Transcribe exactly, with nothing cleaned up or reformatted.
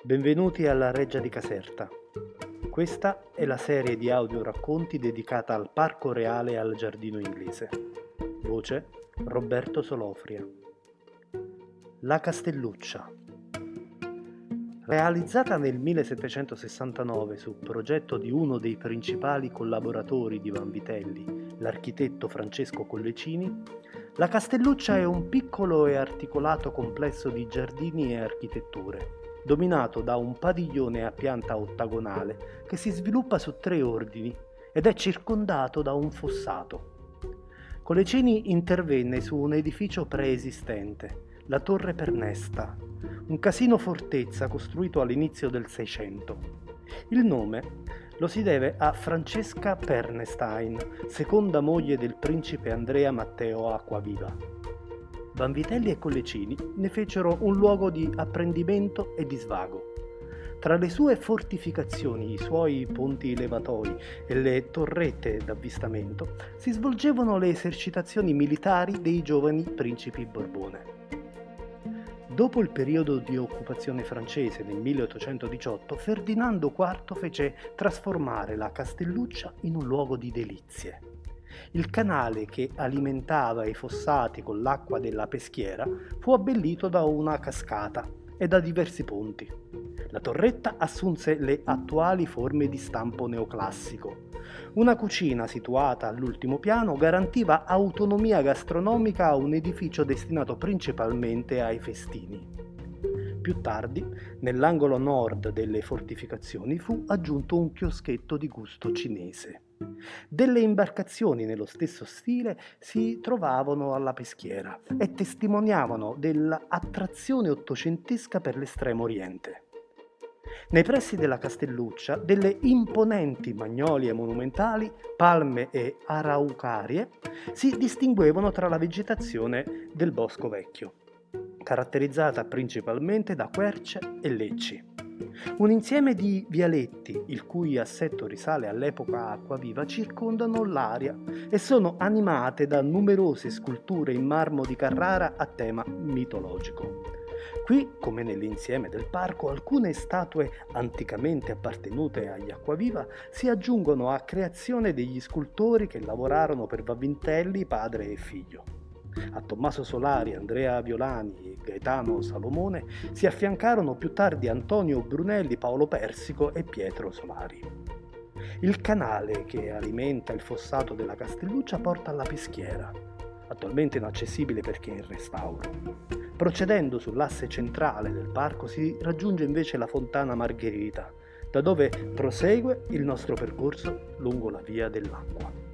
Benvenuti alla Reggia di Caserta. Questa è la serie di audioracconti dedicata al Parco Reale e al Giardino Inglese. Voce Roberto Solofria. La Castelluccia. Realizzata nel millesettecentosessantanove su progetto di uno dei principali collaboratori di Vanvitelli, l'architetto Francesco Collecini, la Castelluccia è un piccolo e articolato complesso di giardini e architetture, dominato da un padiglione a pianta ottagonale che si sviluppa su tre ordini ed è circondato da un fossato. Collecini intervenne su un edificio preesistente, la Torre Pernesta, un casino fortezza costruito all'inizio del Seicento. Il nome lo si deve a Francesca Pernestein, seconda moglie del principe Andrea Matteo Acquaviva. Vanvitelli e Collecini ne fecero un luogo di apprendimento e di svago. Tra le sue fortificazioni, i suoi ponti levatoi e le torrette d'avvistamento si svolgevano le esercitazioni militari dei giovani principi Borbone. Dopo il periodo di occupazione francese nel milleottocentodiciotto, Ferdinando quarto fece trasformare la Castelluccia in un luogo di delizie. Il canale che alimentava i fossati con l'acqua della peschiera fu abbellito da una cascata e da diversi ponti. La torretta assunse le attuali forme di stampo neoclassico. Una cucina situata all'ultimo piano garantiva autonomia gastronomica a un edificio destinato principalmente ai festini. Più tardi, nell'angolo nord delle fortificazioni fu aggiunto un chioschetto di gusto cinese. Delle imbarcazioni nello stesso stile si trovavano alla peschiera e testimoniavano dell'attrazione ottocentesca per l'Estremo Oriente. Nei pressi della Castelluccia delle imponenti magnolie monumentali, palme e araucarie si distinguevano tra la vegetazione del Bosco Vecchio, caratterizzata principalmente da querce e lecci. Un insieme di vialetti, il cui assetto risale all'epoca Acquaviva, circondano l'area e sono animate da numerose sculture in marmo di Carrara a tema mitologico. Qui, come nell'insieme del parco, alcune statue anticamente appartenute agli Acquaviva si aggiungono a creazione degli scultori che lavorarono per Vanvitelli, padre e figlio. A Tommaso Solari, Andrea Violani e Gaetano Salomone si affiancarono più tardi Antonio Brunelli, Paolo Persico e Pietro Solari. Il canale che alimenta il fossato della Castelluccia porta alla peschiera, attualmente inaccessibile perché in restauro. Procedendo sull'asse centrale del parco si raggiunge invece la Fontana Margherita, da dove prosegue il nostro percorso lungo la Via dell'Acqua.